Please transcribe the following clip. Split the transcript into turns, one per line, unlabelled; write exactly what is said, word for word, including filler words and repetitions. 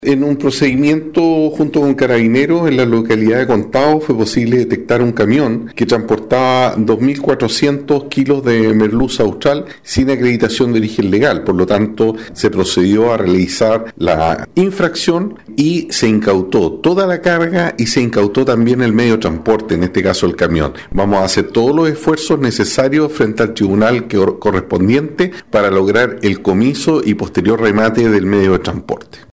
En un procedimiento junto con carabineros en la localidad de Contao fue posible detectar un camión que transportaba dos mil cuatrocientos kilos de merluza austral sin acreditación de origen legal. Por lo tanto, se procedió a realizar la infracción y se incautó toda la carga y se incautó también el medio de transporte, en este caso el camión. Vamos a hacer todos los esfuerzos necesarios frente al tribunal que correspondiente para lograr el comiso y posterior remate del medio de transporte.